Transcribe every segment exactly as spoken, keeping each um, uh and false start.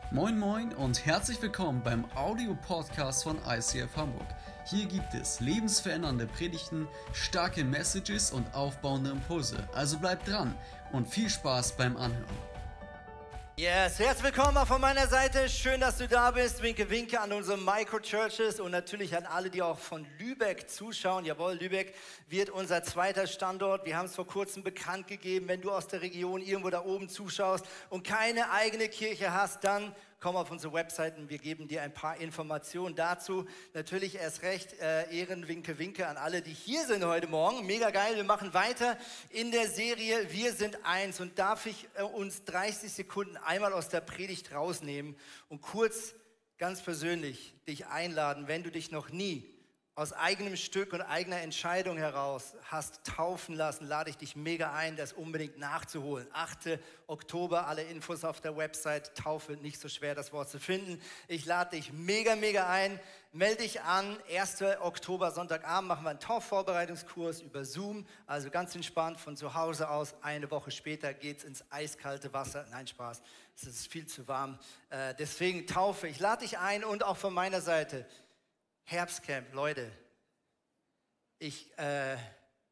Moin Moin und herzlich willkommen beim Audio-Podcast von I C F Hamburg. Hier gibt es lebensverändernde Predigten, starke Messages und aufbauende Impulse. Also bleibt dran und viel Spaß beim Anhören. Yes, herzlich willkommen auch von meiner Seite. Schön, dass du da bist. Winke, winke an unsere Micro-Churches und natürlich an alle, die auch von Lübeck zuschauen. Jawohl, Lübeck wird unser zweiter Standort. Wir haben es vor kurzem bekannt gegeben. Wenn du aus der Region irgendwo da oben zuschaust und keine eigene Kirche hast, dann komm auf unsere Webseiten. Wir geben dir ein paar Informationen dazu. Natürlich erst recht äh, Ehren, Winke, Winke an alle, die hier sind heute Morgen. Mega geil. Wir machen weiter in der Serie Wir sind eins. Und darf ich äh, uns dreißig Sekunden einmal aus der Predigt rausnehmen und kurz, ganz persönlich dich einladen, wenn du dich noch nie aus eigenem Stück und eigener Entscheidung heraus hast taufen lassen, lade ich dich mega ein, das unbedingt nachzuholen. achter Oktober, alle Infos auf der Website, Taufe, nicht so schwer das Wort zu finden. Ich lade dich mega, mega ein, melde dich an, erster Oktober, Sonntagabend machen wir einen Taufvorbereitungskurs über Zoom, also ganz entspannt von zu Hause aus. Eine Woche später geht's ins eiskalte Wasser. Nein, Spaß, es ist viel zu warm. Äh, deswegen Taufe, ich lade dich ein und auch von meiner Seite, Herbstcamp, Leute, ich, äh, äh,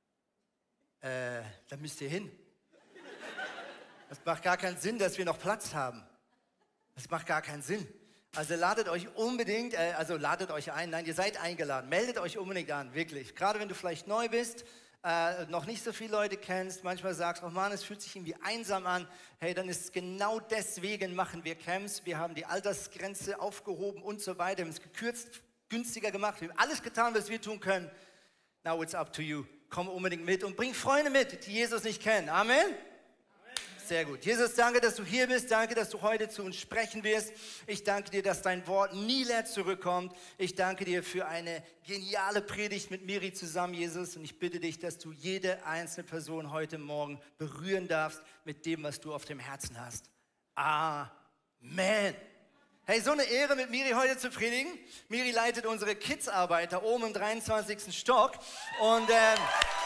da müsst ihr hin. Das macht gar keinen Sinn, dass wir noch Platz haben. Das macht gar keinen Sinn. Also ladet euch unbedingt, äh, also ladet euch ein, nein, ihr seid eingeladen, meldet euch unbedingt an, wirklich. Gerade wenn du vielleicht neu bist, äh, noch nicht so viele Leute kennst, manchmal sagst, oh Mann, es fühlt sich irgendwie einsam an. Hey, dann ist es genau deswegen machen wir Camps. Wir haben die Altersgrenze aufgehoben und so weiter, wir haben es gekürzt, günstiger gemacht. Wir haben alles getan, was wir tun können. Now it's up to you. Komm unbedingt mit und bring Freunde mit, die Jesus nicht kennen. Amen? Amen. Sehr gut. Jesus, danke, dass du hier bist. Danke, dass du heute zu uns sprechen wirst. Ich danke dir, dass dein Wort nie leer zurückkommt. Ich danke dir für eine geniale Predigt mit Miri zusammen, Jesus. Und ich bitte dich, dass du jede einzelne Person heute Morgen berühren darfst mit dem, was du auf dem Herzen hast. Amen. Hey, so eine Ehre, mit Miri heute zu predigen. Miri leitet unsere Kids-Arbeit da oben im dreiundzwanzigsten Stock. Und ähm,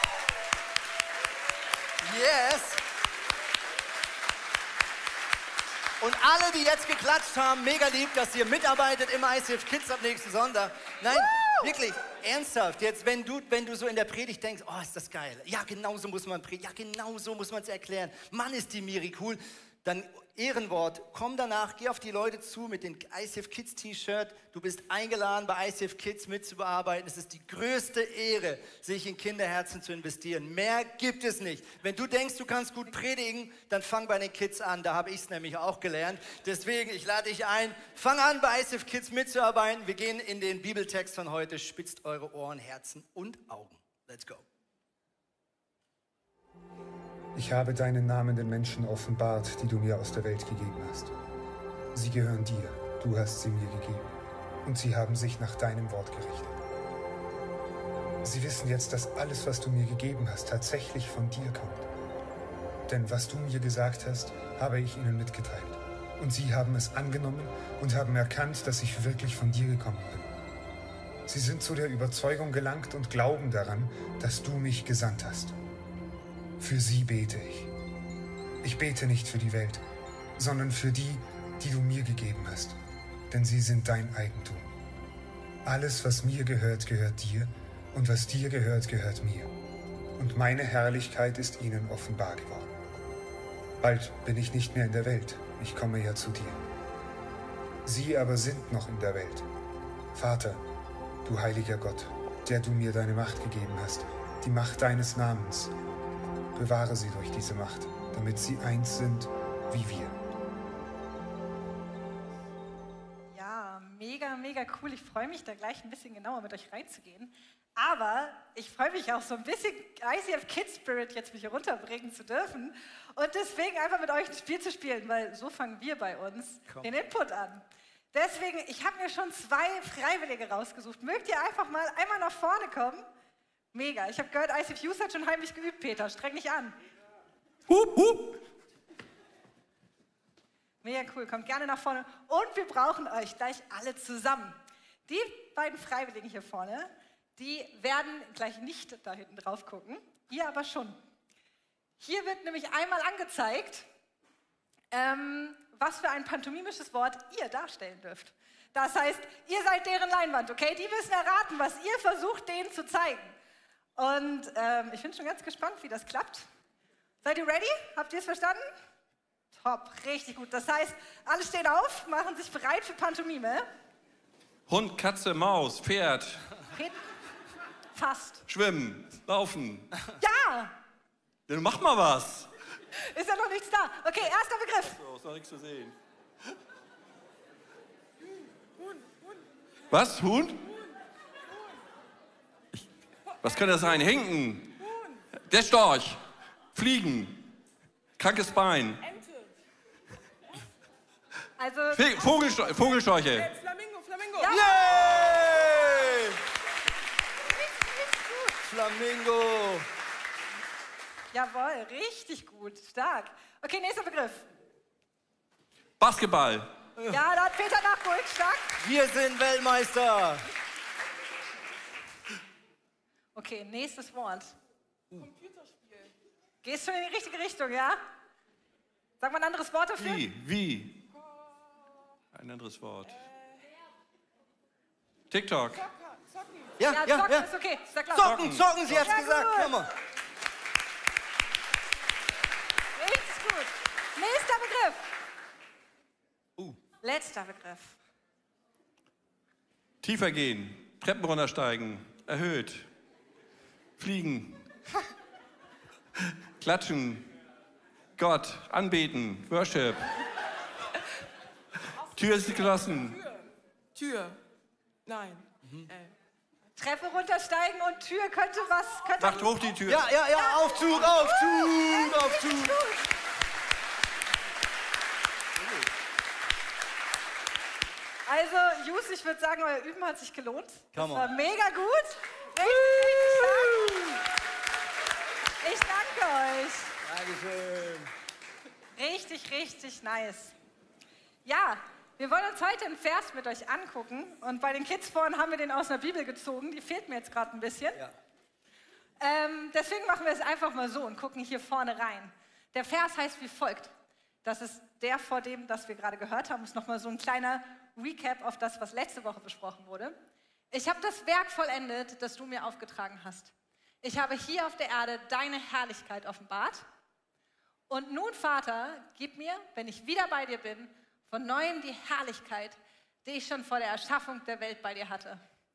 yes. Und alle, die jetzt geklatscht haben, mega lieb, dass ihr mitarbeitet im I C F Kids ab nächsten Sonntag. Nein, Woo! Wirklich, ernsthaft. Jetzt, wenn du, wenn du so in der Predigt denkst, oh, ist das geil. Ja, genau so muss man predigen. Ja, genau so muss man es erklären. Mann, ist die Miri cool. Dann Ehrenwort, komm danach, geh auf die Leute zu mit dem I C F Kids T-Shirt. Du bist eingeladen, bei I C F Kids mitzubearbeiten. Es ist die größte Ehre, sich in Kinderherzen zu investieren. Mehr gibt es nicht. Wenn du denkst, du kannst gut predigen, dann fang bei den Kids an. Da habe ich es nämlich auch gelernt. Deswegen, ich lade dich ein, fang an, bei I C F Kids mitzuarbeiten. Wir gehen in den Bibeltext von heute. Spitzt eure Ohren, Herzen und Augen. Let's go. Ich habe deinen Namen den Menschen offenbart, die du mir aus der Welt gegeben hast. Sie gehören dir, du hast sie mir gegeben, und sie haben sich nach deinem Wort gerichtet. Sie wissen jetzt, dass alles, was du mir gegeben hast, tatsächlich von dir kommt. Denn was du mir gesagt hast, habe ich ihnen mitgeteilt. Und sie haben es angenommen und haben erkannt, dass ich wirklich von dir gekommen bin. Sie sind zu der Überzeugung gelangt und glauben daran, dass du mich gesandt hast. Für sie bete ich. Ich bete nicht für die Welt, sondern für die, die du mir gegeben hast, denn sie sind dein Eigentum. Alles, was mir gehört, gehört dir, und was dir gehört, gehört mir. Und meine Herrlichkeit ist ihnen offenbar geworden. Bald bin ich nicht mehr in der Welt, ich komme ja zu dir. Sie aber sind noch in der Welt. Vater, du heiliger Gott, der du mir deine Macht gegeben hast, die Macht deines Namens, bewahre sie durch diese Macht, damit sie eins sind wie wir. Ja, mega, mega cool. Ich freue mich, da gleich ein bisschen genauer mit euch reinzugehen. Aber ich freue mich auch so ein bisschen I C F Kids Spirit jetzt mich hier runterbringen zu dürfen und deswegen einfach mit euch ein Spiel zu spielen, weil so fangen wir bei uns Komm. den Input an. Deswegen, ich habe mir schon zwei Freiwillige rausgesucht. Mögt ihr einfach mal einmal nach vorne kommen? Mega. Ich habe gehört, I C F Youth hat schon heimlich geübt, Peter. Streng dich an. Hup, hup. Mega cool. Kommt gerne nach vorne. Und wir brauchen euch gleich alle zusammen. Die beiden Freiwilligen hier vorne, die werden gleich nicht da hinten drauf gucken. Ihr aber schon. Hier wird nämlich einmal angezeigt, ähm, was für ein pantomimisches Wort ihr darstellen dürft. Das heißt, ihr seid deren Leinwand, okay? Die müssen erraten, was ihr versucht, denen zu zeigen. Und ähm, ich bin schon ganz gespannt, wie das klappt. Seid ihr ready? Habt ihr es verstanden? Top, richtig gut. Das heißt, alle stehen auf, machen sich bereit für Pantomime. Hund, Katze, Maus, Pferd. Red Fast. Schwimmen, laufen. Ja! Dann mach mal was. Ist ja noch nichts da. Okay, erster Begriff. So, ist noch nichts zu sehen. Was? Huhn? Ich, was könnte das sein? Hinken. Der Storch. Fliegen. Krankes Bein. Also, Fe- Vogelsto- Vogelscheuche. Flamingo, Flamingo. Ja. Yay! richtig gut. Flamingo. Jawohl, richtig gut. Stark. Okay, nächster Begriff. Basketball. Ja, da hat Peter nachgeholt. Stark. Wir sind Weltmeister. Okay, nächstes Wort. Computerspiel. Gehst schon in die richtige Richtung, ja? Sag mal ein anderes Wort dafür. Wie? Wie? Ein anderes Wort. TikTok. Zocker, Zocken. Ja, Ja, ja, zocken ja. ist okay. Sag laut. Zocken, zocken, sie hat's Ja, gesagt. gut. Komm mal. Richtig gut. Nächster Begriff. Uh. Letzter Begriff. Tiefer gehen. Treppen runtersteigen. Erhöht. Fliegen. Klatschen. Gott. Anbeten. Worship. Tür ist geschlossen. Tür. Tür. Nein. Äh. Treppe runtersteigen und Tür könnte was... Könnte Macht hoch die Tür. Ja, ja, ja, Aufzug, Aufzug, Aufzug. Also, Jus, ich würde sagen, euer Üben hat sich gelohnt. Das Come on. war mega gut. Richtig, richtig stark. Ich danke euch. Dankeschön. Richtig, richtig nice. Ja, wir wollen uns heute einen Vers mit euch angucken. Und bei den Kids vorhin haben wir den aus einer Bibel gezogen. Die fehlt mir jetzt gerade ein bisschen. Ja. Ähm, deswegen machen wir es einfach mal so und gucken hier vorne rein. Der Vers heißt wie folgt. Das ist der, vor dem, das wir gerade gehört haben. Das ist nochmal so ein kleiner Recap auf das, was letzte Woche besprochen wurde. Ich habe das Werk vollendet, das du mir aufgetragen hast. Ich habe hier auf der Erde deine Herrlichkeit offenbart. Und nun, Vater, gib mir, wenn ich wieder bei dir bin, von Neuem die Herrlichkeit, die ich schon vor der Erschaffung der Welt bei dir hatte.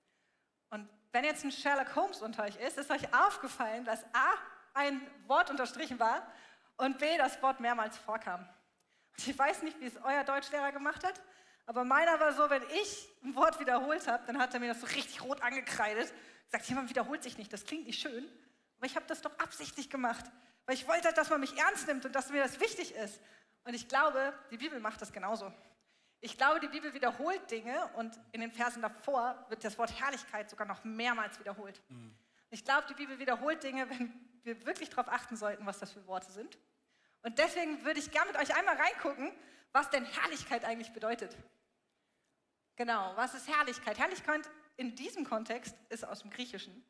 Und wenn jetzt ein Sherlock Holmes unter euch ist, ist euch aufgefallen, dass A, ein Wort unterstrichen war und B, das Wort mehrmals vorkam. Und ich weiß nicht, wie es euer Deutschlehrer gemacht hat, aber meiner war so, wenn ich ein Wort wiederholt habe, dann hat er mir das so richtig rot angekreidet, gesagt, jemand wiederholt sich nicht, das klingt nicht schön, aber ich habe das doch absichtlich gemacht, weil ich wollte, dass man mich ernst nimmt und dass mir das wichtig ist. Und ich glaube, die Bibel macht das genauso. Ich glaube, die Bibel wiederholt Dinge und in den Versen davor wird das Wort Herrlichkeit sogar noch mehrmals wiederholt. Mhm. Ich glaube, die Bibel wiederholt Dinge, wenn wir wirklich darauf achten sollten, was das für Worte sind. Und deswegen würde ich gerne mit euch einmal reingucken, was denn Herrlichkeit eigentlich bedeutet. Genau, was ist Herrlichkeit? Herrlichkeit in diesem Kontext ist aus dem Griechischen.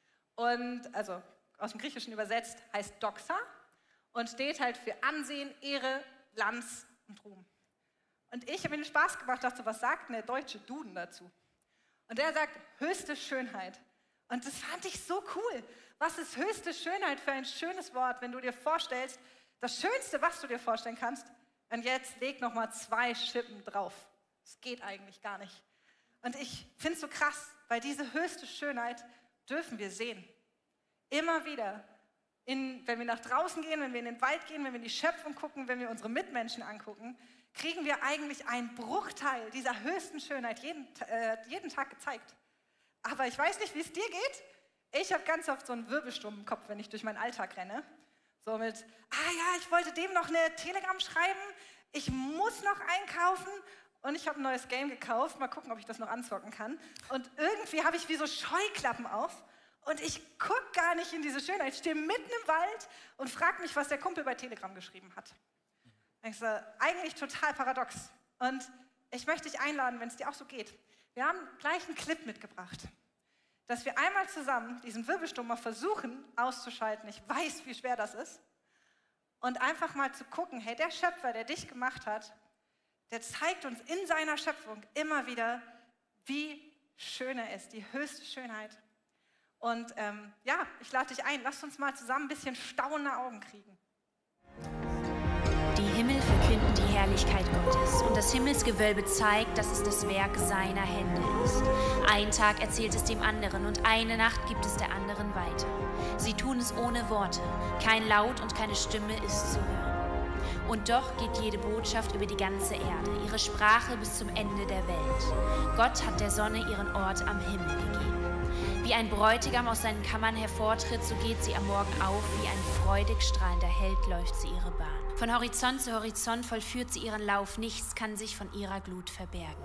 Und also aus dem Griechischen übersetzt heißt Doxa und steht halt für Ansehen, Ehre, Glanz und Ruhm. Und ich habe mir den Spaß gemacht, dachte, was sagt denn der deutsche Duden dazu? Und der sagt, höchste Schönheit. Und das fand ich so cool. Was ist höchste Schönheit für ein schönes Wort, wenn du dir vorstellst, das Schönste, was du dir vorstellen kannst, und jetzt leg nochmal zwei Schippen drauf. Das geht eigentlich gar nicht. Und ich finde es so krass, weil diese höchste Schönheit dürfen wir sehen. Immer wieder. In, wenn wir nach draußen gehen, wenn wir in den Wald gehen, wenn wir in die Schöpfung gucken, wenn wir unsere Mitmenschen angucken, kriegen wir eigentlich einen Bruchteil dieser höchsten Schönheit jeden, äh, jeden Tag gezeigt. Aber ich weiß nicht, wie es dir geht. Ich habe ganz oft so einen Wirbelsturm im Kopf, wenn ich durch meinen Alltag renne. So mit, ah ja, ich wollte dem noch eine Telegram schreiben, ich muss noch einkaufen und ich habe ein neues Game gekauft. Mal gucken, ob ich das noch anzocken kann. Und irgendwie habe ich wie so Scheuklappen auf und ich gucke gar nicht in diese Schönheit. Ich stehe mitten im Wald und frage mich, was der Kumpel bei Telegram geschrieben hat. Ich so, eigentlich total paradox. Und ich möchte dich einladen, wenn es dir auch so geht. Wir haben gleich einen Clip mitgebracht, dass wir einmal zusammen diesen Wirbelsturm mal versuchen auszuschalten. Ich weiß, wie schwer das ist. Und einfach mal zu gucken, hey, der Schöpfer, der dich gemacht hat, Der zeigt uns in seiner Schöpfung immer wieder, wie schön er ist, die höchste Schönheit. Und ähm, ja, ich lade dich ein, lasst uns mal zusammen ein bisschen staunende Augen kriegen. Die Himmel verkünden die Herrlichkeit Gottes und das Himmelsgewölbe zeigt, dass es das Werk seiner Hände ist. Ein Tag erzählt es dem anderen und eine Nacht gibt es der anderen weiter. Sie tun es ohne Worte, kein Laut und keine Stimme ist zu hören. Und doch geht jede Botschaft über die ganze Erde, ihre Sprache bis zum Ende der Welt. Gott hat der Sonne ihren Ort am Himmel gegeben. Wie ein Bräutigam aus seinen Kammern hervortritt, so geht sie am Morgen auf, wie ein freudig strahlender Held läuft sie ihre Bahn. Von Horizont zu Horizont vollführt sie ihren Lauf, nichts kann sich von ihrer Glut verbergen.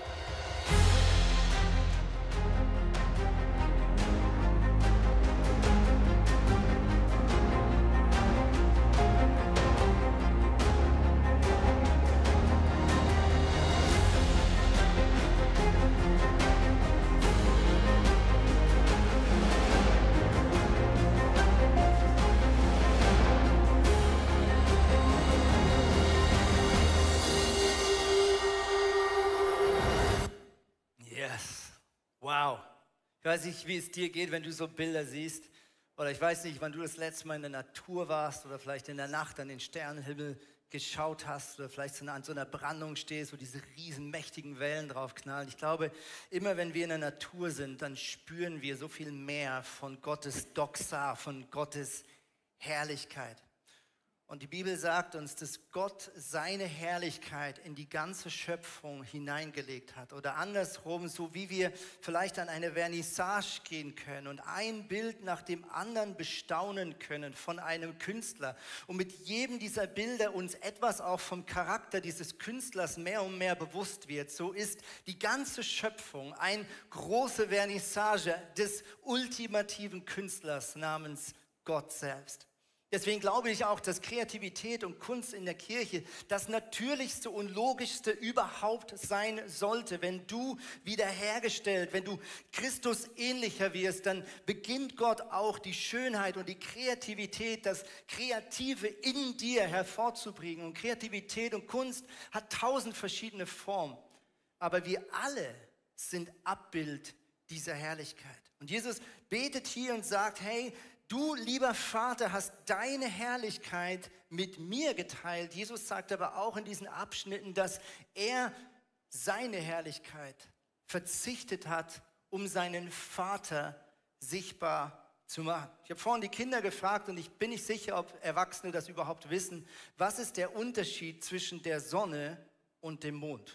Wow. Ich weiß nicht, wie es dir geht, wenn du so Bilder siehst. Oder ich weiß nicht, wann du das letzte Mal in der Natur warst oder vielleicht in der Nacht an den Sternenhimmel geschaut hast oder vielleicht an so einer Brandung stehst, wo diese riesen mächtigen Wellen drauf knallen. Ich glaube, immer wenn wir in der Natur sind, dann spüren wir so viel mehr von Gottes Doxa, von Gottes Herrlichkeit. Und die Bibel sagt uns, dass Gott seine Herrlichkeit in die ganze Schöpfung hineingelegt hat. Oder andersrum, so wie wir vielleicht an eine Vernissage gehen können und ein Bild nach dem anderen bestaunen können von einem Künstler. Und mit jedem dieser Bilder uns etwas auch vom Charakter dieses Künstlers mehr und mehr bewusst wird. So ist die ganze Schöpfung eine große Vernissage des ultimativen Künstlers namens Gott selbst. Deswegen glaube ich auch, dass Kreativität und Kunst in der Kirche das Natürlichste und Logischste überhaupt sein sollte. Wenn du wiederhergestellt, wenn du Christus ähnlicher wirst, dann beginnt Gott auch die Schönheit und die Kreativität, das Kreative in dir hervorzubringen. Und Kreativität und Kunst hat tausend verschiedene Formen. Aber wir alle sind Abbild dieser Herrlichkeit. Und Jesus betet hier und sagt, hey, du, lieber Vater, hast deine Herrlichkeit mit mir geteilt. Jesus sagt aber auch in diesen Abschnitten, dass er seine Herrlichkeit verzichtet hat, um seinen Vater sichtbar zu machen. Ich habe vorhin die Kinder gefragt und ich bin nicht sicher, ob Erwachsene das überhaupt wissen. Was ist der Unterschied zwischen der Sonne und dem Mond?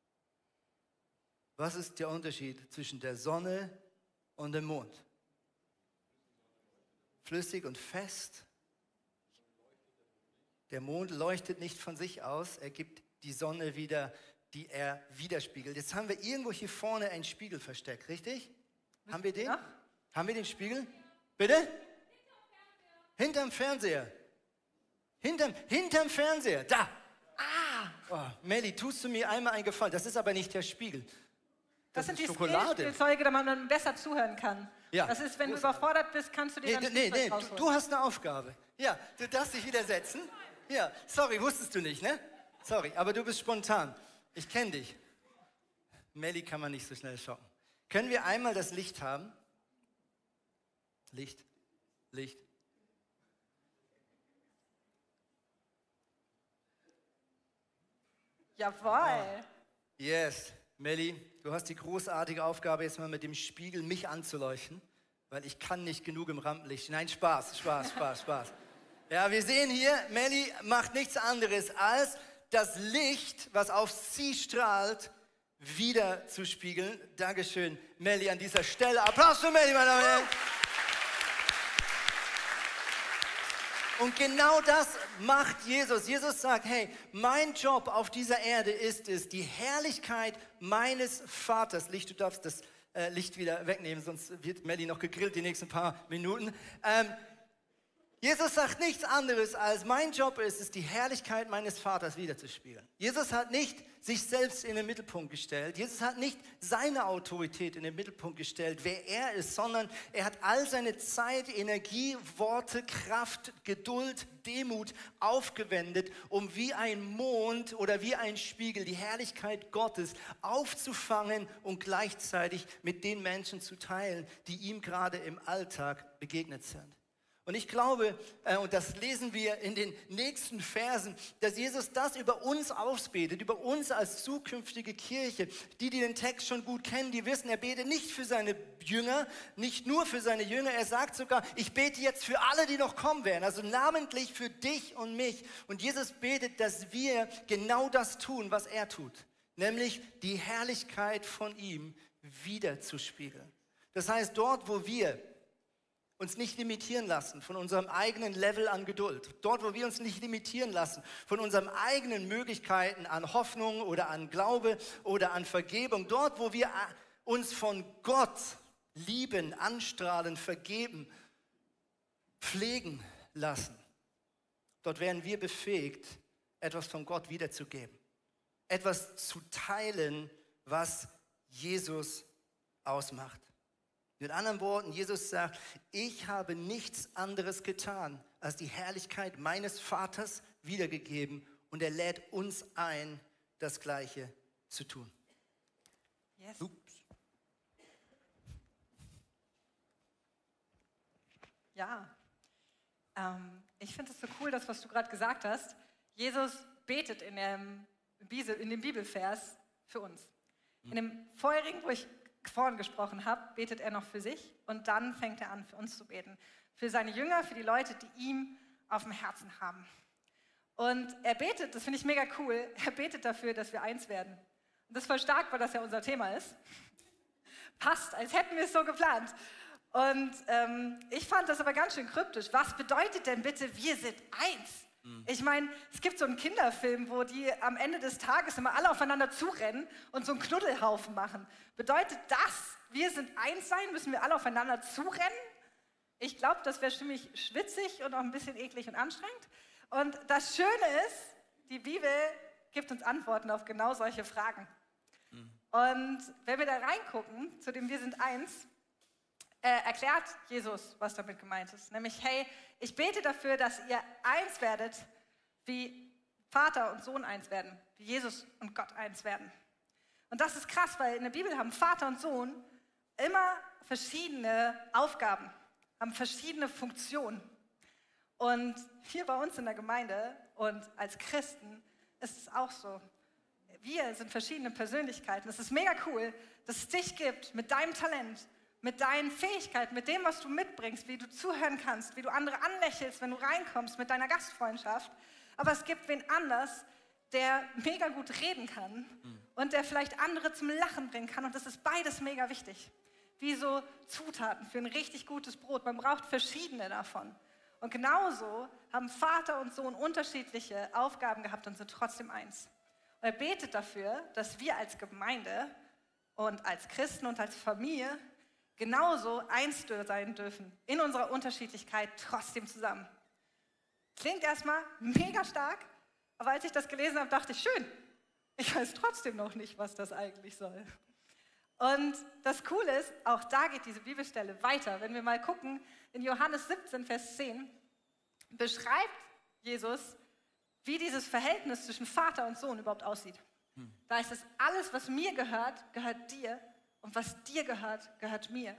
Was ist der Unterschied zwischen der Sonne und dem Mond? Flüssig und fest. Der Mond leuchtet nicht von sich aus, er gibt die Sonne wieder, die er widerspiegelt. Jetzt haben wir irgendwo hier vorne einen Spiegel versteckt, richtig? Haben wir den? Ja. Haben wir den Spiegel? Bitte? Hinterm Fernseher. Hinterm, hinterm Fernseher, da. Ah! Oh, Melli, tust du mir einmal einen Gefallen? Das ist aber nicht der Spiegel. Das, Das, sind ist die Schokolade. Spielzeuge, damit man besser zuhören kann. Ja. Das ist, wenn du überfordert bist, kannst du dir Nee, dann nee, Spielzeug nee, du, rausholen. du hast eine Aufgabe. Ja, du darfst dich wieder setzen. Ja, sorry, wusstest du nicht, ne? Sorry, aber du bist spontan. Ich kenne dich. Melli kann man nicht so schnell schocken. Können wir einmal das Licht haben? Licht, Licht. Jawohl. Yes, Melli, du hast die großartige Aufgabe, jetzt mal mit dem Spiegel mich anzuleuchten, weil ich kann nicht genug im Rampenlicht. Nein, Spaß, Spaß, Spaß, Spaß. Ja, wir sehen hier, Melli macht nichts anderes, als das Licht, was auf sie strahlt, wieder zu spiegeln. Dankeschön, Melli, an dieser Stelle. Applaus für Melli, meine Damen und Herren. Und genau das macht Jesus. Jesus sagt, hey, mein Job auf dieser Erde ist es, die Herrlichkeit meines Vaters. Licht, du darfst das äh, Licht wieder wegnehmen, sonst wird Melli noch gegrillt die nächsten paar Minuten. Ähm, Jesus sagt nichts anderes als, mein Job ist es, die Herrlichkeit meines Vaters wiederzuspiegeln. Jesus hat nicht sich selbst in den Mittelpunkt gestellt. Jesus hat nicht seine Autorität in den Mittelpunkt gestellt, wer er ist, sondern er hat all seine Zeit, Energie, Worte, Kraft, Geduld, Demut aufgewendet, um wie ein Mond oder wie ein Spiegel die Herrlichkeit Gottes aufzufangen und gleichzeitig mit den Menschen zu teilen, die ihm gerade im Alltag begegnet sind. Und ich glaube, äh, und das lesen wir in den nächsten Versen, dass Jesus das über uns ausbetet, über uns als zukünftige Kirche. Die, die den Text schon gut kennen, die wissen, er betet nicht für seine Jünger, nicht nur für seine Jünger, er sagt sogar, ich bete jetzt für alle, die noch kommen werden, also namentlich für dich und mich. Und Jesus betet, dass wir genau das tun, was er tut, nämlich die Herrlichkeit von ihm wiederzuspiegeln. Das heißt, dort, wo wir uns nicht limitieren lassen von unserem eigenen Level an Geduld. Dort, wo wir uns nicht limitieren lassen von unseren eigenen Möglichkeiten an Hoffnung oder an Glaube oder an Vergebung. Dort, wo wir uns von Gott lieben, anstrahlen, vergeben, pflegen lassen. Dort werden wir befähigt, etwas von Gott wiederzugeben. Etwas zu teilen, was Jesus ausmacht. Mit anderen Worten, Jesus sagt, ich habe nichts anderes getan, als die Herrlichkeit meines Vaters wiedergegeben und er lädt uns ein, das Gleiche zu tun. Yes. Ups. Ja, ähm, ich finde es so cool, das, was du gerade gesagt hast. Jesus betet in dem, in dem Bibelvers für uns. In dem vorherigen, wo ich vorhin gesprochen habe, betet er noch für sich und dann fängt er an, für uns zu beten. Für seine Jünger, für die Leute, die ihm auf dem Herzen haben. Und er betet, das finde ich mega cool, er betet dafür, dass wir eins werden. Und das ist voll stark, weil das ja unser Thema ist. Passt, als hätten wir es so geplant. Und ähm, ich fand das aber ganz schön kryptisch. Was bedeutet denn bitte, wir sind eins? Ich meine, es gibt so einen Kinderfilm, wo die am Ende des Tages immer alle aufeinander zurennen und so einen Knuddelhaufen machen. Bedeutet das, wir sind eins sein, müssen wir alle aufeinander zurennen? Ich glaube, das wäre ziemlich schwitzig und auch ein bisschen eklig und anstrengend. Und das Schöne ist, die Bibel gibt uns Antworten auf genau solche Fragen. Mhm. Und wenn wir da reingucken, zu dem Wir sind eins, Äh, erklärt Jesus, was damit gemeint ist. Nämlich, hey, ich bete dafür, dass ihr eins werdet, wie Vater und Sohn eins werden, wie Jesus und Gott eins werden. Und das ist krass, weil in der Bibel haben Vater und Sohn immer verschiedene Aufgaben, haben verschiedene Funktionen. Und hier bei uns in der Gemeinde und als Christen ist es auch so. Wir sind verschiedene Persönlichkeiten. Es ist mega cool, dass es dich gibt mit deinem Talent, mit deinen Fähigkeiten, mit dem, was du mitbringst, wie du zuhören kannst, wie du andere anlächelst, wenn du reinkommst, mit deiner Gastfreundschaft. Aber es gibt wen anders, der mega gut reden kann mhm. und der vielleicht andere zum Lachen bringen kann. Und das ist beides mega wichtig. Wie so Zutaten für ein richtig gutes Brot. Man braucht verschiedene davon. Und genauso haben Vater und Sohn unterschiedliche Aufgaben gehabt und sind trotzdem eins. Und er betet dafür, dass wir als Gemeinde und als Christen und als Familie genauso eins sein dürfen, in unserer Unterschiedlichkeit trotzdem zusammen. Klingt erstmal mega stark, aber als ich das gelesen habe, dachte ich, schön, ich weiß trotzdem noch nicht, was das eigentlich soll. Und das Coole ist, auch da geht diese Bibelstelle weiter. Wenn wir mal gucken, in Johannes siebzehn, Vers zehn, beschreibt Jesus, wie dieses Verhältnis zwischen Vater und Sohn überhaupt aussieht. Hm. Da ist es, alles, was mir gehört, gehört dir. Und was dir gehört, gehört mir.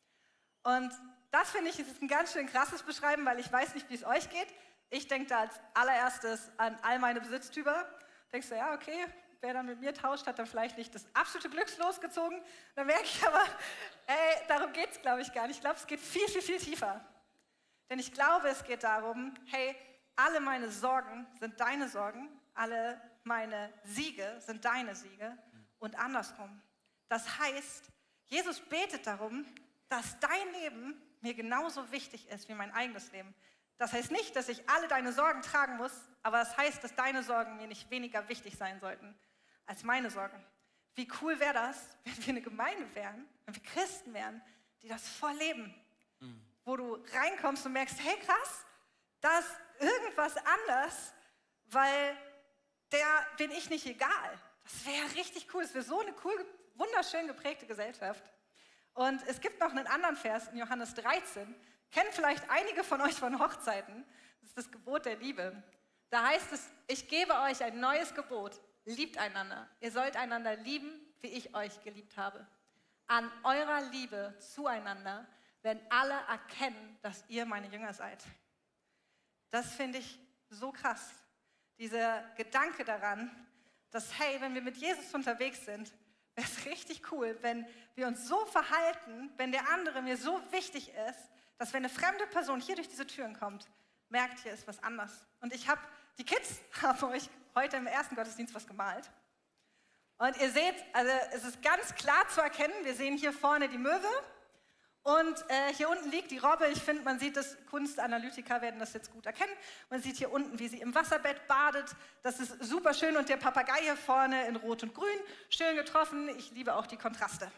Und das finde ich ist ein ganz schön krasses Beschreiben, weil ich weiß nicht, wie es euch geht. Ich denke da als allererstes an all meine Besitztümer. Denkst du, ja, okay, wer dann mit mir tauscht, hat dann vielleicht nicht das absolute Glückslos gezogen. Dann merke ich aber, ey, darum geht es, glaube ich, gar nicht. Ich glaube, es geht viel, viel, viel tiefer. Denn ich glaube, es geht darum, hey, alle meine Sorgen sind deine Sorgen, alle meine Siege sind deine Siege und andersrum. Das heißt, Jesus betet darum, dass dein Leben mir genauso wichtig ist wie mein eigenes Leben. Das heißt nicht, dass ich alle deine Sorgen tragen muss, aber das heißt, dass deine Sorgen mir nicht weniger wichtig sein sollten als meine Sorgen. Wie cool wäre das, wenn wir eine Gemeinde wären, wenn wir Christen wären, die das voll leben. Mhm. Wo du reinkommst und merkst, hey krass, Da ist irgendwas anders, weil der bin ich nicht egal. Das wäre richtig cool. Es wäre so eine cool, wunderschön geprägte Gesellschaft. Und es gibt noch einen anderen Vers in Johannes dreizehn. Kennen vielleicht einige von euch von Hochzeiten. Das ist das Gebot der Liebe. Da heißt es, ich gebe euch ein neues Gebot. Liebt einander. Ihr sollt einander lieben, wie ich euch geliebt habe. An eurer Liebe zueinander werden alle erkennen, dass ihr meine Jünger seid. Das finde ich so krass. Dieser Gedanke daran, dass, hey, wenn wir mit Jesus unterwegs sind, wäre es richtig cool, wenn wir uns so verhalten, wenn der andere mir so wichtig ist, dass wenn eine fremde Person hier durch diese Türen kommt, merkt, hier ist was anders. Und ich habe, die Kids haben euch heute im ersten Gottesdienst was gemalt. Und ihr seht, also es ist ganz klar zu erkennen, wir sehen hier vorne die Möwe und äh, hier unten liegt die Robbe. Ich finde, man sieht das, Kunstanalytiker werden das jetzt gut erkennen. Man sieht hier unten, wie sie im Wasserbett badet. Das ist super schön und der Papagei hier vorne in Rot und Grün, schön getroffen. Ich liebe auch die Kontraste.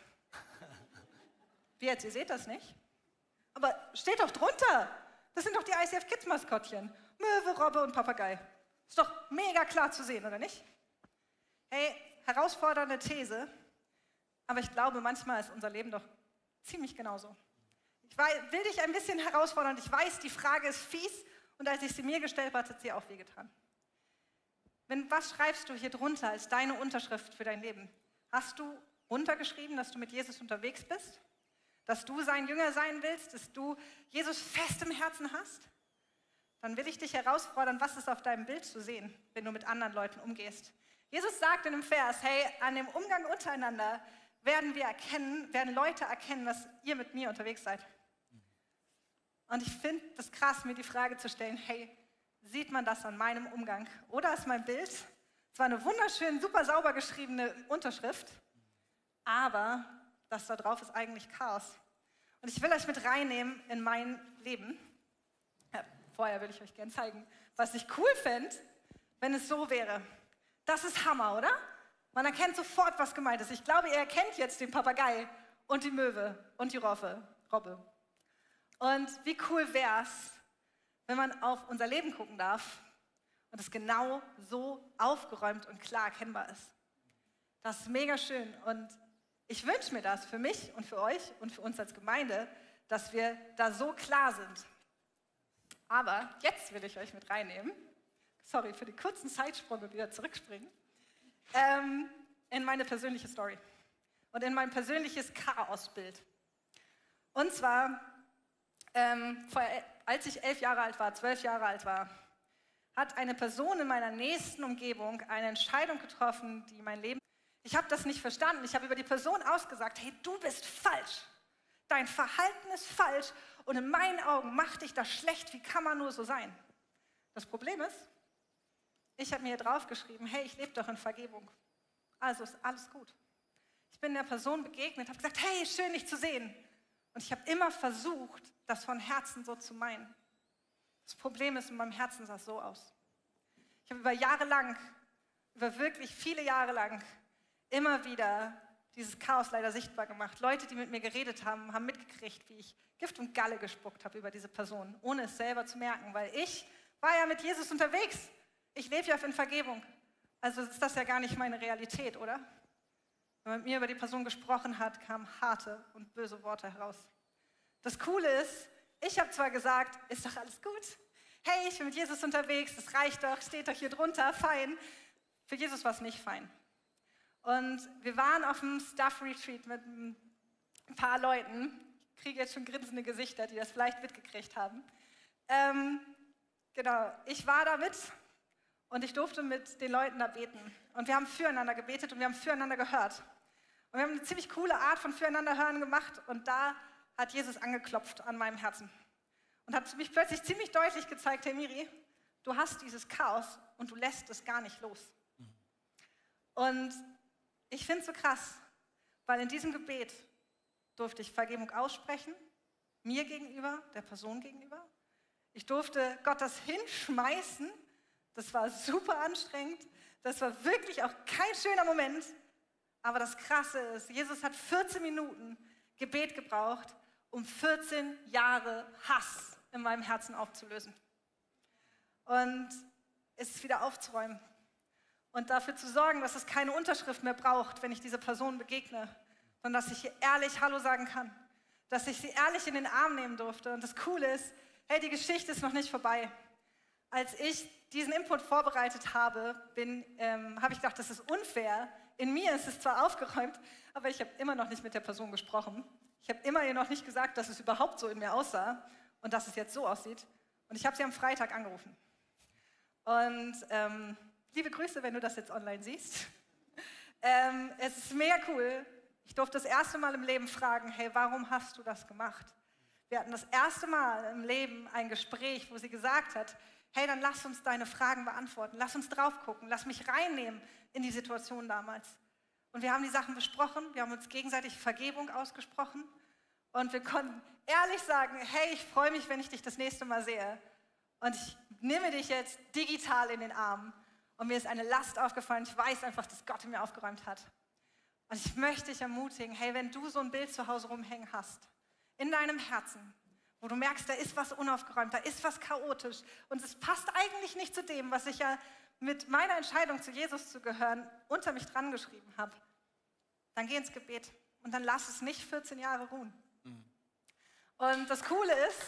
Wie jetzt, ihr seht das nicht? Aber steht doch drunter. Das sind doch die I C F Kids Maskottchen. Möwe, Robbe und Papagei. Ist doch mega klar zu sehen, oder nicht? Hey, herausfordernde These, aber ich glaube, manchmal ist unser Leben doch ziemlich genauso. Ich will dich ein bisschen herausfordern. Ich weiß, die Frage ist fies und als ich sie mir gestellt habe, hat sie auch wehgetan. Wenn, was schreibst du hier drunter als deine Unterschrift für dein Leben? Hast du runtergeschrieben, dass du mit Jesus unterwegs bist? Dass du sein Jünger sein willst? Dass du Jesus fest im Herzen hast? Dann will ich dich herausfordern, was ist auf deinem Bild zu sehen, wenn du mit anderen Leuten umgehst. Jesus sagt in einem Vers, hey, an dem Umgang untereinander werden wir erkennen, werden Leute erkennen, dass ihr mit mir unterwegs seid. Und ich finde das krass, mir die Frage zu stellen, hey, sieht man das an meinem Umgang? Oder ist mein Bild zwar eine wunderschön, super sauber geschriebene Unterschrift, aber das da drauf ist eigentlich Chaos. Und ich will euch mit reinnehmen in mein Leben. Ja, vorher will ich euch gerne zeigen, was ich cool fände, wenn es so wäre. Das ist Hammer, oder? Man erkennt sofort, was gemeint ist. Ich glaube, ihr erkennt jetzt den Papagei und die Möwe und die Robbe. Robbe. Und wie cool wäre es, wenn man auf unser Leben gucken darf und es genau so aufgeräumt und klar erkennbar ist. Das ist mega schön und ich wünsche mir das für mich und für euch und für uns als Gemeinde, dass wir da so klar sind. Aber jetzt will ich euch mit reinnehmen. Sorry für den kurzen Zeitsprung und wieder zurückspringen, ähm, in meine persönliche Story und in mein persönliches Chaosbild. Und zwar, ähm, vor, als ich elf Jahre alt war, zwölf Jahre alt war, hat eine Person in meiner nächsten Umgebung eine Entscheidung getroffen, die mein Leben... Ich habe das nicht verstanden. Ich habe über die Person ausgesagt, hey, du bist falsch. Dein Verhalten ist falsch und in meinen Augen macht dich das schlecht. Wie kann man nur so sein? Das Problem ist, ich habe mir hier draufgeschrieben, hey, ich lebe doch in Vergebung. Also ist alles gut. Ich bin der Person begegnet, habe gesagt, hey, schön, dich zu sehen. Und ich habe immer versucht, das von Herzen so zu meinen. Das Problem ist, in meinem Herzen sah es so aus. Ich habe über Jahre lang, über wirklich viele Jahre lang, immer wieder dieses Chaos leider sichtbar gemacht. Leute, die mit mir geredet haben, haben mitgekriegt, wie ich Gift und Galle gespuckt habe über diese Person, ohne es selber zu merken, weil ich war ja mit Jesus unterwegs. Ich lebe ja in Vergebung. Also ist das ja gar nicht meine Realität, oder? Wenn man mit mir über die Person gesprochen hat, kamen harte und böse Worte heraus. Das Coole ist, ich habe zwar gesagt, ist doch alles gut. Hey, ich bin mit Jesus unterwegs, das reicht doch, steht doch hier drunter, fein. Für Jesus war es nicht fein. Und wir waren auf einem Stuff Retreat mit ein paar Leuten. Ich kriege jetzt schon grinsende Gesichter, die das vielleicht mitgekriegt haben. Ähm, genau, ich war da mit und ich durfte mit den Leuten da beten. Und wir haben füreinander gebetet und wir haben füreinander gehört. Und wir haben eine ziemlich coole Art von füreinander hören gemacht und da hat Jesus angeklopft an meinem Herzen. Und hat mich plötzlich ziemlich deutlich gezeigt, hey Miri, du hast dieses Chaos und du lässt es gar nicht los. Und ich finde es so krass, weil in diesem Gebet durfte ich Vergebung aussprechen, mir gegenüber, der Person gegenüber. Ich durfte Gott das hinschmeißen, das war super anstrengend, das war wirklich auch kein schöner Moment. Aber das Krasse ist, Jesus hat vierzehn Minuten Gebet gebraucht, um vierzehn Jahre Hass in meinem Herzen aufzulösen. und es wieder aufzuräumen und dafür zu sorgen, dass es keine Unterschrift mehr braucht, wenn ich dieser Person begegne, sondern dass ich ihr ehrlich Hallo sagen kann, dass ich sie ehrlich in den Arm nehmen durfte. Und das Coole ist, hey, die Geschichte ist noch nicht vorbei. Als ich diesen Input vorbereitet habe, bin, ähm, habe ich gedacht, das ist unfair. In mir ist es zwar aufgeräumt, aber ich habe immer noch nicht mit der Person gesprochen. Ich habe immer ihr noch nicht gesagt, dass es überhaupt so in mir aussah und dass es jetzt so aussieht. Und ich habe sie am Freitag angerufen. Und ähm, liebe Grüße, wenn du das jetzt online siehst. ähm, es ist mega cool. Ich durfte das erste Mal im Leben fragen, hey, warum hast du das gemacht? Wir hatten das erste Mal im Leben ein Gespräch, wo sie gesagt hat, hey, dann lass uns deine Fragen beantworten, lass uns drauf gucken, lass mich reinnehmen in die Situation damals. Und wir haben die Sachen besprochen, wir haben uns gegenseitig Vergebung ausgesprochen und wir konnten ehrlich sagen, hey, ich freue mich, wenn ich dich das nächste Mal sehe. Und ich nehme dich jetzt digital in den Arm. Und mir ist eine Last aufgefallen. Ich weiß einfach, dass Gott in mir aufgeräumt hat. Und ich möchte dich ermutigen, hey, wenn du so ein Bild zu Hause rumhängen hast, in deinem Herzen, wo du merkst, da ist was unaufgeräumt, da ist was chaotisch und es passt eigentlich nicht zu dem, was ich ja mit meiner Entscheidung, zu Jesus zu gehören, unter mich dran geschrieben habe, dann geh ins Gebet und dann lass es nicht vierzehn Jahre ruhen. Mhm. Und das Coole ist,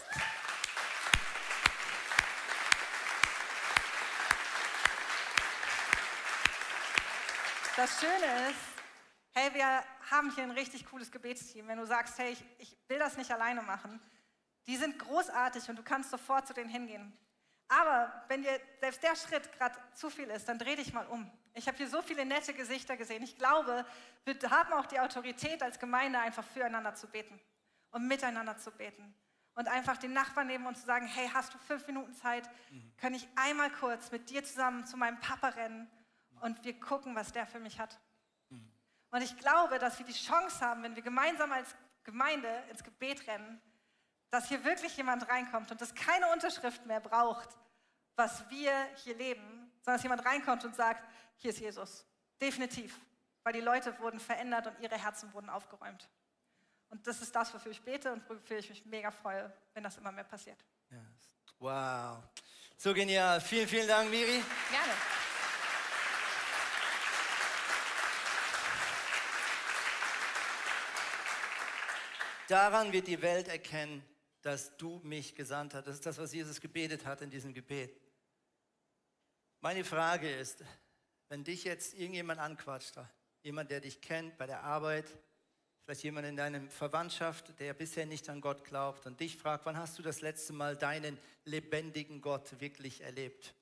das Schöne ist, hey, wir haben hier ein richtig cooles Gebetsteam. Wenn du sagst, hey, ich, ich will das nicht alleine machen, die sind großartig und du kannst sofort zu denen hingehen. Aber wenn dir selbst der Schritt gerade zu viel ist, dann dreh dich mal um. Ich habe hier so viele nette Gesichter gesehen. Ich glaube, wir haben auch die Autorität als Gemeinde, einfach füreinander zu beten und miteinander zu beten. Und einfach den Nachbarn neben uns zu sagen, hey, hast du fünf Minuten Zeit? Mhm. Kann ich einmal kurz mit dir zusammen zu meinem Papa rennen und wir gucken, was der für mich hat. Mhm. Und ich glaube, dass wir die Chance haben, wenn wir gemeinsam als Gemeinde ins Gebet rennen, dass hier wirklich jemand reinkommt und es keine Unterschrift mehr braucht, was wir hier leben, sondern dass jemand reinkommt und sagt, hier ist Jesus. Definitiv. Weil die Leute wurden verändert und ihre Herzen wurden aufgeräumt. Und das ist das, wofür ich bete und wofür ich mich mega freue, wenn das immer mehr passiert. Yes. Wow. So genial. Vielen, vielen Dank, Miri. Gerne. Daran wird die Welt erkennen, dass du mich gesandt hast. Das ist das, was Jesus gebetet hat in diesem Gebet. Meine Frage ist, wenn dich jetzt irgendjemand anquatscht, jemand, der dich kennt bei der Arbeit, vielleicht jemand in deiner Verwandtschaft, der bisher nicht an Gott glaubt und dich fragt, wann hast du das letzte Mal deinen lebendigen Gott wirklich erlebt?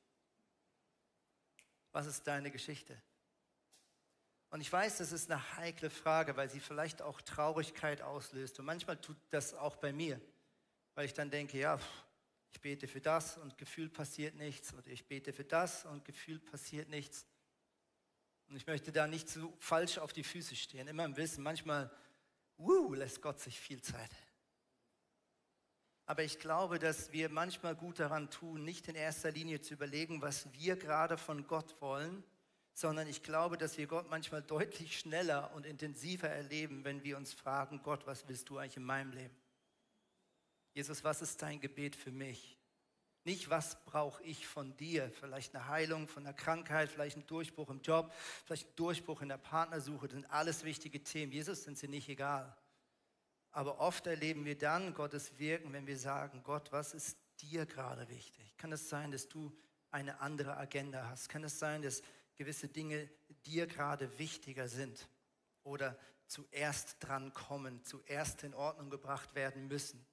Was ist deine Geschichte? Und ich weiß, das ist eine heikle Frage, weil sie vielleicht auch Traurigkeit auslöst. Und manchmal tut das auch bei mir, weil ich dann denke, ja, ich bete für das und Gefühl passiert nichts. Oder ich bete für das und Gefühl passiert nichts. Und ich möchte da nicht so falsch auf die Füße stehen. Immer im Wissen, manchmal uh, lässt Gott sich viel Zeit. Aber ich glaube, dass wir manchmal gut daran tun, nicht in erster Linie zu überlegen, was wir gerade von Gott wollen, sondern ich glaube, dass wir Gott manchmal deutlich schneller und intensiver erleben, wenn wir uns fragen, Gott, was willst du eigentlich in meinem Leben? Jesus, was ist dein Gebet für mich? Nicht, was brauche ich von dir? Vielleicht eine Heilung von einer Krankheit, vielleicht ein Durchbruch im Job, vielleicht ein Durchbruch in der Partnersuche. Das sind alles wichtige Themen. Jesus sind sie nicht egal. Aber oft erleben wir dann Gottes Wirken, wenn wir sagen, Gott, was ist dir gerade wichtig? Kann es sein, dass du eine andere Agenda hast? Kann es sein, dass gewisse Dinge dir gerade wichtiger sind oder zuerst dran kommen, zuerst in Ordnung gebracht werden müssen?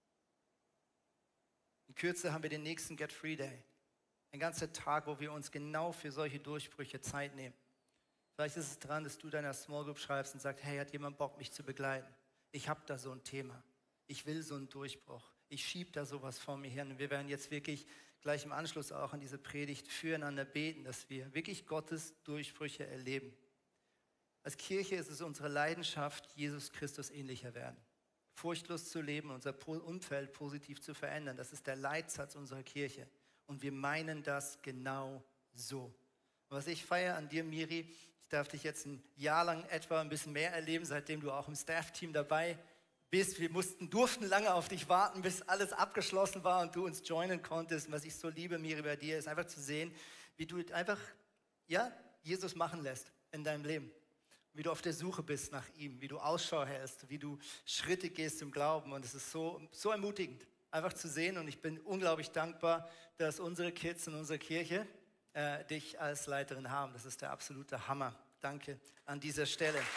In Kürze haben wir den nächsten Get Free Day. Ein ganzer Tag, wo wir uns genau für solche Durchbrüche Zeit nehmen. Vielleicht ist es dran, dass du deiner Small Group schreibst und sagst, hey, hat jemand Bock, mich zu begleiten? Ich habe da so ein Thema. Ich will so einen Durchbruch. Ich schiebe da sowas vor mir hin. Und wir werden jetzt wirklich gleich im Anschluss auch an diese Predigt füreinander beten, dass wir wirklich Gottes Durchbrüche erleben. Als Kirche ist es unsere Leidenschaft, Jesus Christus ähnlicher werden. Furchtlos zu leben, unser Umfeld positiv zu verändern. Das ist der Leitsatz unserer Kirche. Und wir meinen das genau so. Und was ich feiere an dir, Miri, ich darf dich jetzt ein Jahr lang etwa ein bisschen mehr erleben, seitdem du auch im Staff-Team dabei bist. Wir mussten, durften lange auf dich warten, bis alles abgeschlossen war und du uns joinen konntest. Und was ich so liebe, Miri, bei dir, ist einfach zu sehen, wie du einfach, ja, Jesus machen lässt in deinem Leben. Wie du auf der Suche bist nach ihm, wie du Ausschau hältst, wie du Schritte gehst im Glauben. Und es ist so, so ermutigend, einfach zu sehen. Und ich bin unglaublich dankbar, dass unsere Kids in unserer Kirche äh, dich als Leiterin haben. Das ist der absolute Hammer. Danke an dieser Stelle. Yes.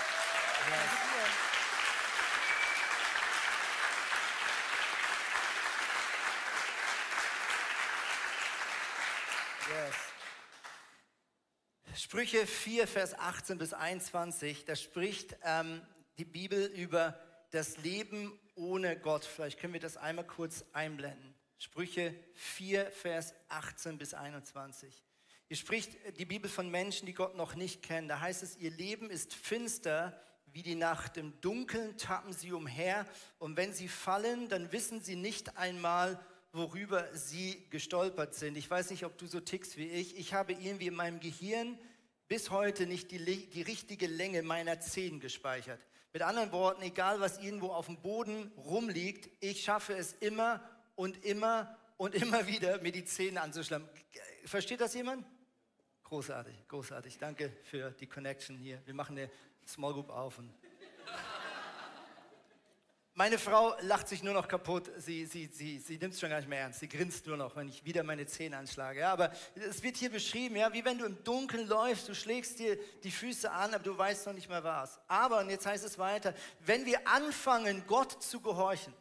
Yes. Sprüche vier, Vers achtzehn bis einundzwanzig, da spricht ähm, die Bibel über das Leben ohne Gott. Vielleicht können wir das einmal kurz einblenden. Sprüche vier, Vers achtzehn bis einundzwanzig. Hier spricht die Bibel von Menschen, die Gott noch nicht kennen. Da heißt es, ihr Leben ist finster wie die Nacht. Im Dunkeln tappen sie umher. Und wenn sie fallen, dann wissen sie nicht einmal, worüber sie gestolpert sind. Ich weiß nicht, ob du so tickst wie ich. Ich habe irgendwie in meinem Gehirn bis heute nicht die, die richtige Länge meiner Zehen gespeichert. Mit anderen Worten, egal was irgendwo auf dem Boden rumliegt, ich schaffe es immer und immer und immer wieder, mir die Zähne anzuschlagen. Versteht das jemand? Großartig, großartig. Danke für die Connection hier. Wir machen eine Small Group auf. Und meine Frau lacht sich nur noch kaputt, sie, sie, sie, sie nimmt es schon gar nicht mehr ernst, sie grinst nur noch, wenn ich wieder meine Zähne anschlage. Ja, aber es wird hier beschrieben, ja, wie wenn du im Dunkeln läufst, du schlägst dir die Füße an, aber du weißt noch nicht mehr was. Aber, und jetzt heißt es weiter, wenn wir anfangen, Gott zu gehorchen,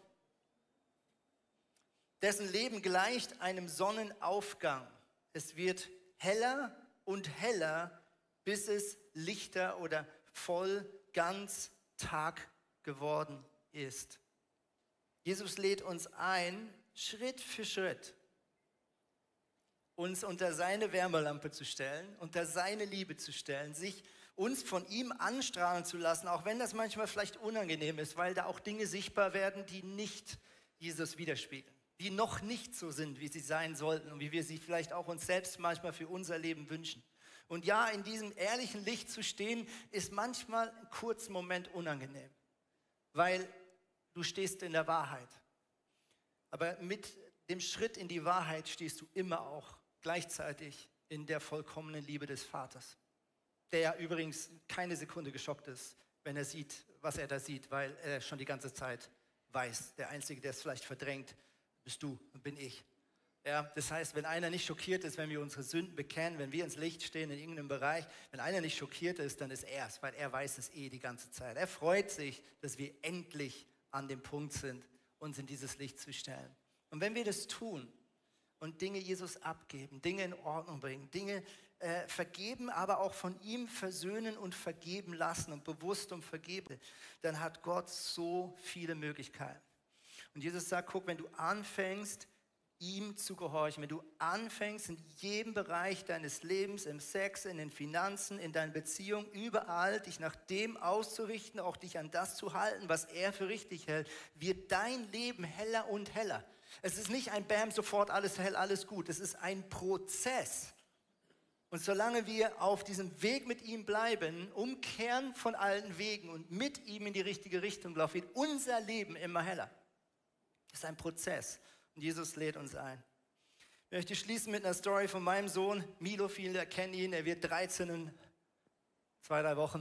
dessen Leben gleicht einem Sonnenaufgang. Es wird heller und heller, bis es lichter oder voll ganz Tag geworden ist. Jesus lädt uns ein, Schritt für Schritt uns unter seine Wärmelampe zu stellen, unter seine Liebe zu stellen, sich uns von ihm anstrahlen zu lassen, auch wenn das manchmal vielleicht unangenehm ist, weil da auch Dinge sichtbar werden, die nicht Jesus widerspiegeln, die noch nicht so sind, wie sie sein sollten und wie wir sie vielleicht auch uns selbst manchmal für unser Leben wünschen. Und ja, in diesem ehrlichen Licht zu stehen, ist manchmal einen kurzen Moment unangenehm, weil du stehst in der Wahrheit. Aber mit dem Schritt in die Wahrheit stehst du immer auch gleichzeitig in der vollkommenen Liebe des Vaters, der ja übrigens keine Sekunde geschockt ist, wenn er sieht, was er da sieht, weil er schon die ganze Zeit weiß, der Einzige, der es vielleicht verdrängt, bist du und bin ich. Ja, das heißt, wenn einer nicht schockiert ist, wenn wir unsere Sünden bekennen, wenn wir ins Licht stehen in irgendeinem Bereich, wenn einer nicht schockiert ist, dann ist er es, weil er weiß es eh die ganze Zeit. Er freut sich, dass wir endlich an dem Punkt sind, uns in dieses Licht zu stellen. Und wenn wir das tun und Dinge Jesus abgeben, Dinge in Ordnung bringen, Dinge äh, vergeben, aber auch von ihm versöhnen und vergeben lassen und bewusst um vergeben, dann hat Gott so viele Möglichkeiten. Und Jesus sagt, guck, wenn du anfängst, ihm zu gehorchen, wenn du anfängst, in jedem Bereich deines Lebens, im Sex, in den Finanzen, in deinen Beziehungen, überall dich nach dem auszurichten, auch dich an das zu halten, was er für richtig hält, wird dein Leben heller und heller. Es ist nicht ein Bam, sofort alles hell, alles gut. Es ist ein Prozess. Und solange wir auf diesem Weg mit ihm bleiben, umkehren von allen Wegen und mit ihm in die richtige Richtung laufen, wird unser Leben immer heller. Das ist ein Prozess. Und Jesus lädt uns ein. Ich möchte schließen mit einer Story von meinem Sohn, Milo, viele kennen ihn, er wird dreizehn in zwei, drei Wochen.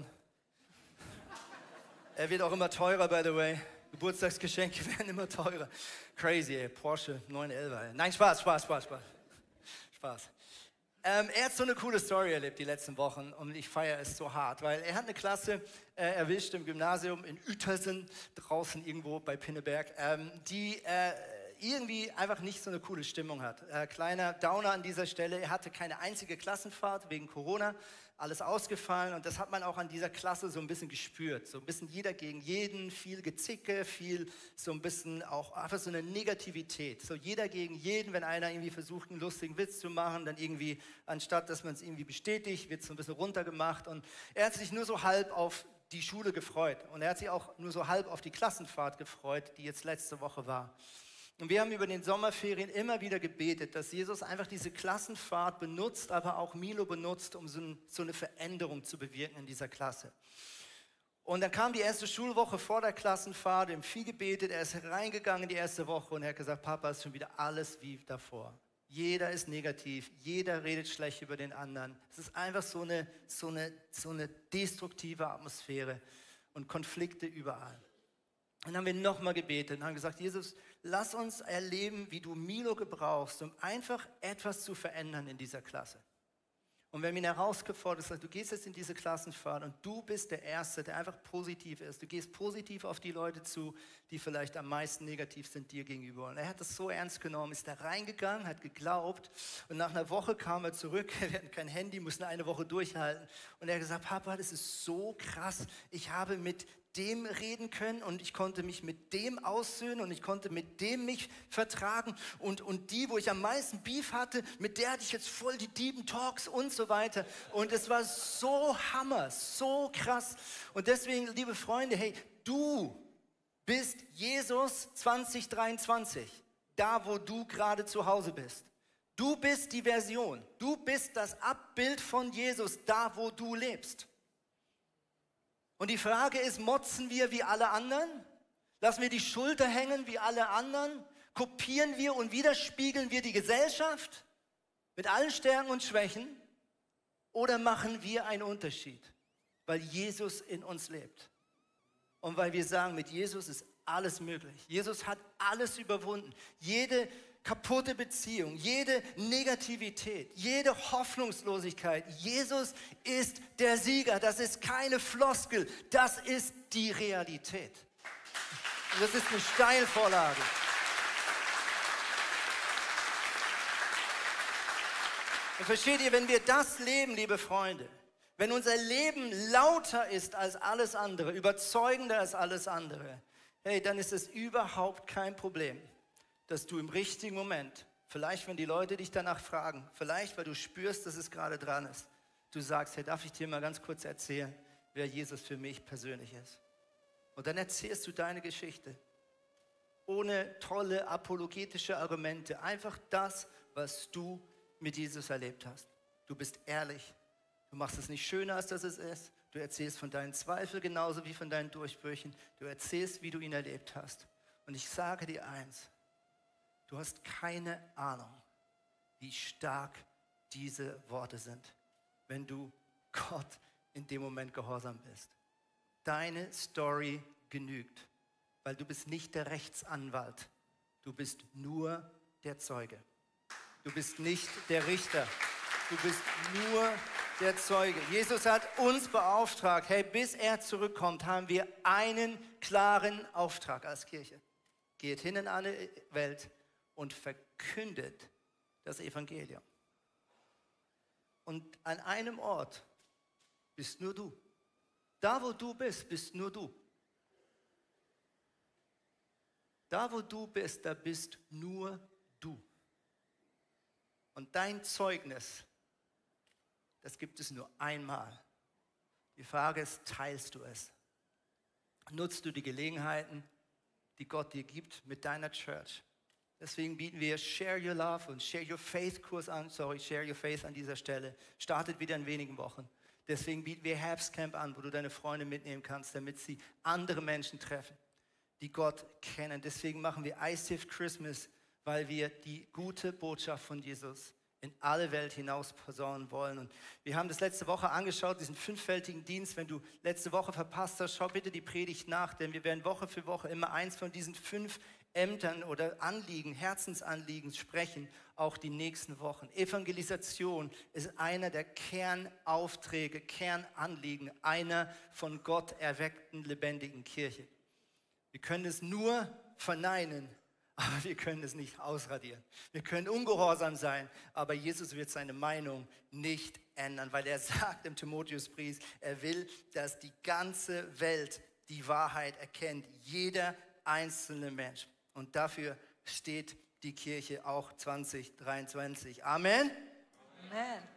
Er wird auch immer teurer, by the way. Geburtstagsgeschenke werden immer teurer. Crazy, ey. Porsche neun elf. Ey. Nein, Spaß, Spaß, Spaß, Spaß. Spaß. Ähm, er hat so eine coole Story erlebt die letzten Wochen und ich feiere es so hart, weil er hat eine Klasse äh, erwischt im Gymnasium in Uetersen, draußen irgendwo bei Pinneberg, ähm, die äh, irgendwie einfach nicht so eine coole Stimmung hat. Äh, kleiner Downer an dieser Stelle, er hatte keine einzige Klassenfahrt wegen Corona, alles ausgefallen und das hat man auch an dieser Klasse so ein bisschen gespürt. So ein bisschen jeder gegen jeden, viel Gezicke, viel so ein bisschen auch einfach so eine Negativität. So jeder gegen jeden, wenn einer irgendwie versucht, einen lustigen Witz zu machen, dann irgendwie, anstatt dass man es irgendwie bestätigt, wird es so ein bisschen runtergemacht und er hat sich nur so halb auf die Schule gefreut und er hat sich auch nur so halb auf die Klassenfahrt gefreut, die jetzt letzte Woche war. Und wir haben über den Sommerferien immer wieder gebetet, dass Jesus einfach diese Klassenfahrt benutzt, aber auch Milo benutzt, um so, ein, so eine Veränderung zu bewirken in dieser Klasse. Und dann kam die erste Schulwoche vor der Klassenfahrt, wir haben viel gebetet, er ist reingegangen in die erste Woche und er hat gesagt, Papa, ist schon wieder alles wie davor. Jeder ist negativ, jeder redet schlecht über den anderen. Es ist einfach so eine, so eine, so eine destruktive Atmosphäre und Konflikte überall. Und dann haben wir nochmal gebetet und haben gesagt, Jesus, lass uns erleben, wie du Milo gebrauchst, um einfach etwas zu verändern in dieser Klasse. Und wir haben ihn herausgefordert, gesagt, du gehst jetzt in diese Klassenfahrt und du bist der Erste, der einfach positiv ist. Du gehst positiv auf die Leute zu, die vielleicht am meisten negativ sind dir gegenüber. Und er hat das so ernst genommen, ist da reingegangen, hat geglaubt und nach einer Woche kam er zurück, wir hatten kein Handy, mussten eine Woche durchhalten. Und er hat gesagt, Papa, das ist so krass, ich habe mit dem reden können und ich konnte mich mit dem aussöhnen und ich konnte mit dem mich vertragen und, und die, wo ich am meisten Beef hatte, mit der hatte ich jetzt voll die Deep Talks und so weiter und es war so Hammer, so krass und deswegen, liebe Freunde, hey, du bist Jesus zwanzig dreiundzwanzig, da wo du gerade zu Hause bist. Du bist die Version, du bist das Abbild von Jesus, da wo du lebst. Und die Frage ist, motzen wir wie alle anderen? Lassen wir die Schulter hängen wie alle anderen? Kopieren wir und widerspiegeln wir die Gesellschaft mit allen Stärken und Schwächen? Oder machen wir einen Unterschied, weil Jesus in uns lebt? Und weil wir sagen, mit Jesus ist alles möglich. Jesus hat alles überwunden. Jede kaputte Beziehung, jede Negativität, jede Hoffnungslosigkeit. Jesus ist der Sieger. Das ist keine Floskel, das ist die Realität. Und das ist eine Steilvorlage. Und versteht ihr, wenn wir das leben, liebe Freunde, wenn unser Leben lauter ist als alles andere, überzeugender als alles andere, hey, dann ist es überhaupt kein Problem, dass du im richtigen Moment, vielleicht wenn die Leute dich danach fragen, vielleicht weil du spürst, dass es gerade dran ist, du sagst, hey, darf ich dir mal ganz kurz erzählen, wer Jesus für mich persönlich ist. Und dann erzählst du deine Geschichte, ohne tolle apologetische Argumente, einfach das, was du mit Jesus erlebt hast. Du bist ehrlich, du machst es nicht schöner, als das es ist, du erzählst von deinen Zweifeln genauso wie von deinen Durchbrüchen, du erzählst, wie du ihn erlebt hast. Und ich sage dir eins, du hast keine Ahnung, wie stark diese Worte sind, wenn du Gott in dem Moment gehorsam bist. Deine Story genügt, weil du bist nicht der Rechtsanwalt, du bist nur der Zeuge. Du bist nicht der Richter, du bist nur der Zeuge. Jesus hat uns beauftragt, hey, bis er zurückkommt, haben wir einen klaren Auftrag als Kirche. Geht hin in alle Welt und verkündet das Evangelium. Und an einem Ort bist nur du. Da, wo du bist, bist nur du. Da, wo du bist, da bist nur du. Und dein Zeugnis, das gibt es nur einmal. Die Frage ist, teilst du es? Nutzt du die Gelegenheiten, die Gott dir gibt mit deiner Church? Deswegen bieten wir Share Your Love und Share Your Faith Kurs an. Sorry, Share Your Faith an dieser Stelle. Startet wieder in wenigen Wochen. Deswegen bieten wir Herbstcamp an, wo du deine Freunde mitnehmen kannst, damit sie andere Menschen treffen, die Gott kennen. Deswegen machen wir I C F Christmas, weil wir die gute Botschaft von Jesus in alle Welt hinaus posaunen wollen. Und wir haben das letzte Woche angeschaut, diesen fünffältigen Dienst. Wenn du letzte Woche verpasst hast, schau bitte die Predigt nach, denn wir werden Woche für Woche immer eins von diesen fünf Ämtern oder Anliegen, Herzensanliegen sprechen, auch die nächsten Wochen. Evangelisation ist einer der Kernaufträge, Kernanliegen einer von Gott erweckten, lebendigen Kirche. Wir können es nur verneinen, aber wir können es nicht ausradieren. Wir können ungehorsam sein, aber Jesus wird seine Meinung nicht ändern, weil er sagt im Timotheusbrief, er will, dass die ganze Welt die Wahrheit erkennt, jeder einzelne Mensch. Und dafür steht die Kirche auch zwanzig dreiundzwanzig. Amen. Amen.